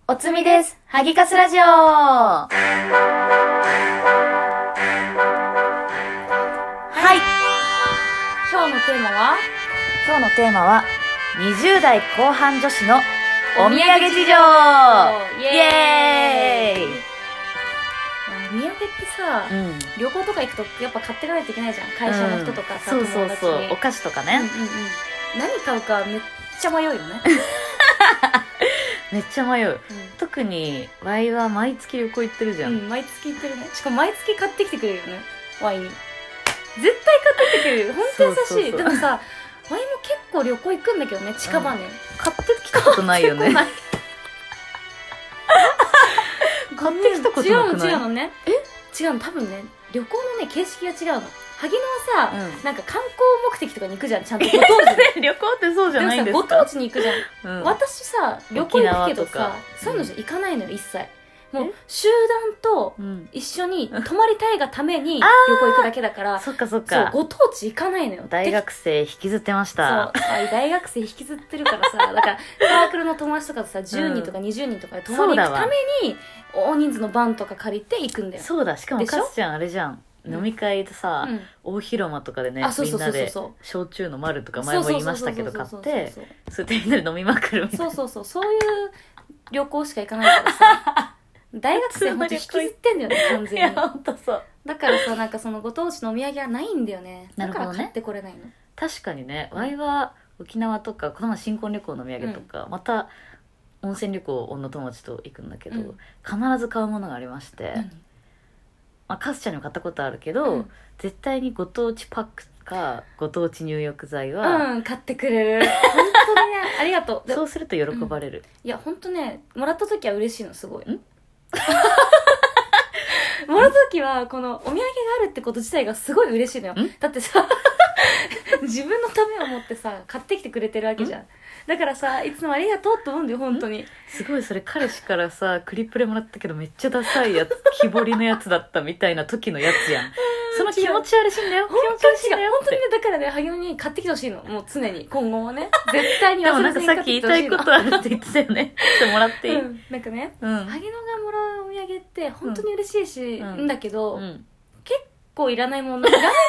おつみです。ハギカスラジオ。はい。今日のテーマは20代後半女子のお土産事情。イエーイ。お土産ってさ、旅行とか行くとやっぱ買っていかないといけないじゃん。会社の人とかさ、 そうそうそう、お菓子とかね。 何買うかめっちゃ迷うよね。 めっちゃ迷う、特にワイは毎月旅行行ってるじゃん。 毎月行ってるね。しかも毎月買ってきてくれるよね、ワイに。絶対買ってきてくれる。ほんと優しい。でもさ、ワイも結構旅行行くんだけどね、近場ね、 買ってきたことないよね。買ってきたことなくない？ 違うのね。違うの、多分ね、旅行のね、形式が違うの。萩野はさ、なんか観光目的とかに行くじゃん、ちゃんとご当地で。 旅行ってそうじゃないんですか？ でもさ、ご当地に行くじゃん。私さ、旅行行くけどさ、そういうのじゃ行かないのよ、一切。もう集団と一緒に泊まりたいがために旅行行くだけだから。 そっかそっか。 そう、ご当地行かないのよ。 大学生引きずってました。 そう、大学生引きずってるからさ、だからサークルの友達とかとさ、10人とか20人とかで泊まり行くために大人数のバンとか借りて行くんだよ。 そうだ、しかもかすちゃんあれじゃん、飲み会でさ、大広間とかでね、みんなで焼酎の丸とか前も言いましたけど買って、それでみんなで飲みまくるみたいな。 そういう旅行しか行かないからさ。大学生ほんと引きずってんだよね、完全に。 いや、ほんとそう。 だからさ、なんかそのご当地のお土産はないんだよね。だから買ってこれないの。 確かにね、ワイは沖縄とか、この前新婚旅行のお土産とか、また温泉旅行女友達と行くんだけど、必ず買うものがありまして、まあ、かすちゃんにも買ったことあるけど、絶対にご当地パックかご当地入浴剤は、 買ってくれる。本当にね、ありがとう。 そうすると喜ばれる。 いや、本当ね、もらった時は嬉しいの、すごい。もらった時はこのお土産があるってこと自体がすごい嬉しいのよ。だってさ、自分のためを思ってさ、買ってきてくれてるわけじゃん。だからさ、いつもありがとうって思うんだよ、本当に。 すごい、それ彼氏からさ、クリプレもらったけどめっちゃダサいやつ、木彫りのやつだったみたいな時のやつやん。その気持ち悪しいんだよ。気持ち悪しいんだよ。 本当にね、だからね、萩野に買ってきてほしいの。もう常に、今後はね。絶対に忘れずに買ってきてほしいの。 でもなんかさっき言いたいことあるって言ってたよね。ちょっともらっていい？ なんかね、萩野がもらうお土産って本当に嬉しいし、んだけど、結構いらないもの。いらないもの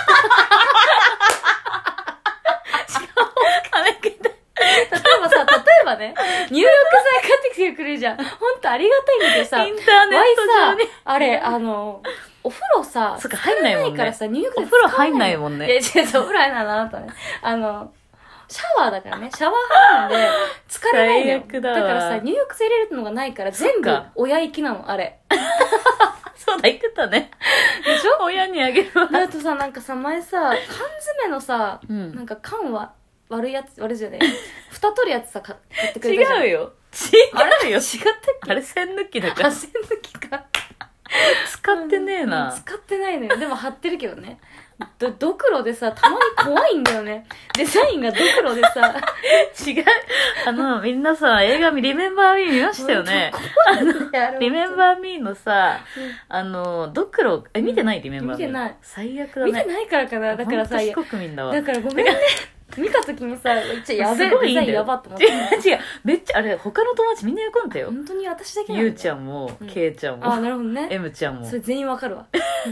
例えばね、入浴剤買ってきてくれるじゃん。ほんとありがたいんだけどさ、 インターネット上に。 あれ、お風呂さ、 そっか、入んないもんね。 からさ、入浴剤お風呂入んないもんね。 いや、違う、お風呂入んないな、あなたね。シャワーだからね、シャワー入るんで、疲れないのよ。だからさ、入浴剤入れるのがないから、全部親行きなの、あれ。 そうだ、言ってたね。 でしょ？ 親にあげるわ。 あとさ、なんかさ、前さ、缶詰のさ、なんか缶は、悪いやつ、悪いじゃねえ。蓋取るやつさ、買ってくれたじゃん。 違うよ。 違うよ。違ったっけ？ あれ栓抜きだから。 栓抜きか。 使ってねえな。 使ってないのよ。でも貼ってるけどね。ドクロでさ、たまに怖いんだよね。デザインがドクロでさ。 違う。みんなさ、映画リメンバーミー見ましたよね。リメンバーミーのさ、ドクロ、見てない？リメンバーミー。 見てない。 最悪だね。 見てないからかな。だからさ、 非国民だわ。 だからごめんね。見た時にさ、やべえ、デザインやばって思って。 違う、めっちゃ、あれ、他の友達みんな喜んだよ。 本当に私だけなんだ。 ゆうちゃんも、けいちゃんも。 あ、なるほどね。 M ちゃんも。 それ全員わかるわ。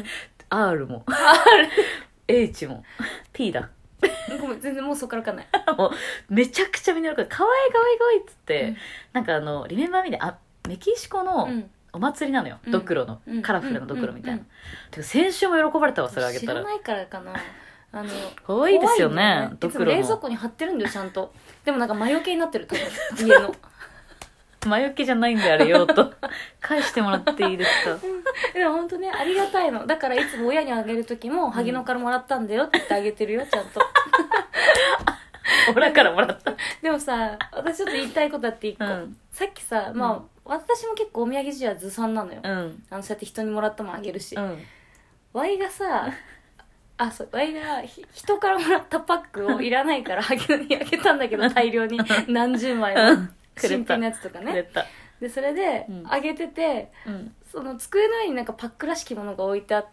R も。H も。P だ。 ごめん、全然もうそっからわかんない。 もう、めちゃくちゃみんな喜んで、かわいいかわいいかわいいっつって、なんかリメンバーミーで、メキシコのお祭りなのよ。ドクロの。カラフルなドクロみたいな。てか、先週も喜ばれたわ、それあげたら。 知らないからかな。 かわいいですよね、ドクロの。 冷蔵庫に貼ってるんだよ、ちゃんと。でもなんか魔除けになってる、多分、家の。 魔除けじゃないんであれよと。返してもらっていいですか？ でも本当ね、ありがたいの。だからいつも親にあげる時も、萩野からもらったんだよって言ってあげてるよ、ちゃんと。 オラからもらった。 でもさ、私ちょっと言いたいことあって一個。さっきさ、まあ、私も結構お土産事情はずさんなのよ。そうやって人にもらったもんあげるし。ワイがさ、そう、ワイが人からもらったパックをいらないから萩野にあげたんだけど、大量に何十枚の新品のやつとかね。で、それで、あげてて、その机の上になんかパックらしきものが置いてあって、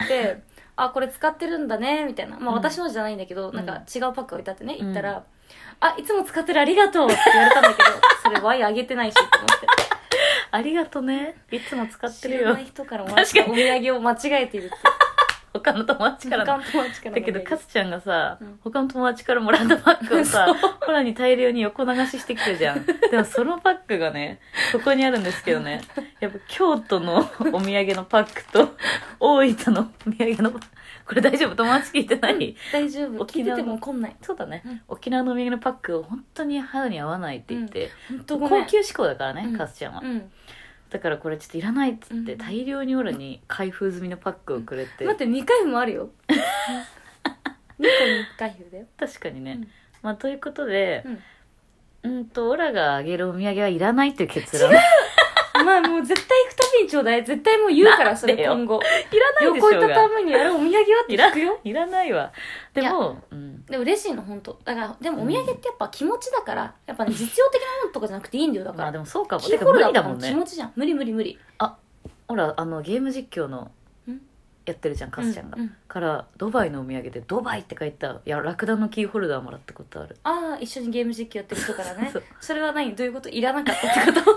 あ、これ使ってるんだね、みたいな。まあ私のじゃないんだけど、なんか違うパックが置いてあってね、言ったら、いつも使ってるありがとうって言われたんだけど、それワイあげてないしって思って。 ありがとね。いつも使ってるよ知らない。人からもらったお土産を間違えているって他の友達からの。 他の友達からだけど、かつちゃんがさ、 うん他の友達からもらったバッグをさ、ホラに大量に横流ししてきてるじゃん。でもそのバッグがね、ここにあるんですけどね、やっぱ京都のお土産のパックと、大分のお土産の、これ大丈夫？友達聞いてない？ 大丈夫。聞沖縄いてても怒んない。 そうだね、 うん沖縄のお土産のパックを本当に肌に合わないって言って、 本当ごめん高級志向だからね、 うんかつちゃんは。 うん。 だからこれちょっといらないっつって、 うん大量にオラに開封済みのパックをくれて、 待って2回もあるよ。2個に1回だよ。 確かにね、 うんまあということで、 うんオラがあげるお土産はいらないっていう結論。 まあもう絶対行くたびにちょうだい。絶対もう言うからそれなんでよ今後。 いらないでしょうが。 旅行行ったためにあれお土産はって聞くよ。 いらないわ。でも、 でも嬉しいの本当。だからでもお土産ってやっぱ気持ちだからやっぱね実用的なものとかじゃなくていいんだよだから。 まあでもそうかも。 キーてか無ホルダーとか理だもんね。 も気持ちじゃん。無理。 ほらゲーム実況のんやってるじゃんカスちゃんが、 うんからドバイのお土産でドバイって書いたラクダのキーホルダーもらったことある。 ああ一緒にゲーム実況やってる人からねそうそれは何どういうこといらなかったってこと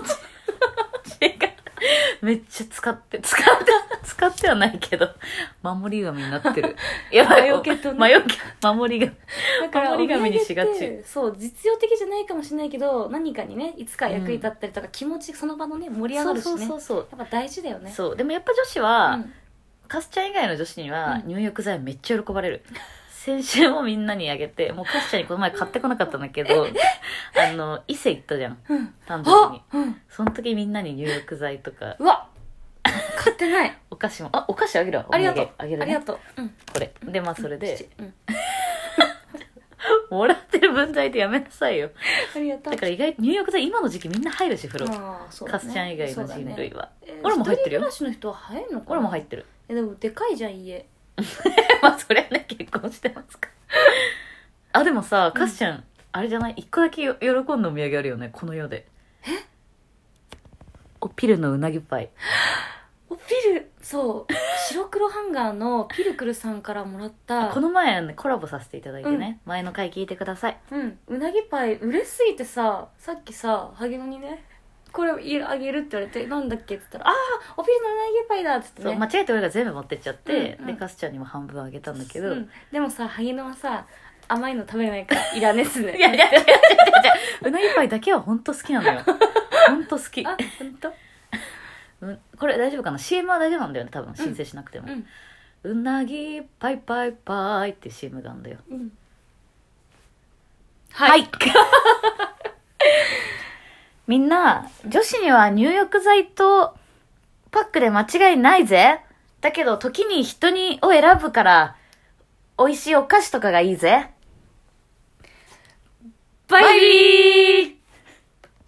めっちゃ使ってはないけど守り神になってる。やばい魔除けとね守りだから守り神にしがちお土産ってそう実用的じゃないかもしれないけど何かにねいつか役に立ったりとか、気持ちその場のね盛り上がるしねそうやっぱ大事だよねそうでもやっぱ女子は、 うんカスちゃん以外の女子にはうん入浴剤めっちゃ喜ばれる、先週もみんなにあげてもうカスちゃんにこの前買ってこなかったんだけど伊勢行ったじゃんうん誕生日に。 うんその時みんなに入浴剤とかうわ買ってないお菓子もお菓子あげるわ。 ありがとうあげるねありがとううんこれでまあそれでうんもらってる分際でやめなさいよ。 ありがとうだから意外入浴剤今の時期みんな入るし風呂、 あーそうだねカスちゃん以外の人類は、 俺俺も入ってるよ一人暮らしの人は入るのかな俺も入ってる。 でもでかいじゃん家まあそりゃね結婚してますからあでもさカスちゃん、あれじゃない一個だけ喜んだお土産あるよねこの世で。おピルのうなぎパイ。 おピルそう白黒ハンガーのピルクルさんからもらったこの前、ね、コラボさせていただいてね、前の回聞いてください。 うなぎパイ嬉しすぎてささっきさ萩野にねこれあげるって言われてなんだっけって言ったらああおピルのうなぎパイだっつってねそう間違えて俺が全部持ってっちゃって、 うんでカスちゃんにも半分あげたんだけど、 でもさ萩野はさ甘いの食べないからいらねっすねいやうなぎパイだけは本当好きなのよ本当好き。 あ本当これ大丈夫かな CM は大丈夫なんだよね多分申請しなくても、うなぎパイパイパイっていう CM があるんだよ。はいみんな女子には入浴剤とパックで間違いないぜ。だけど時に人を選ぶから美味しいお菓子とかがいいぜ。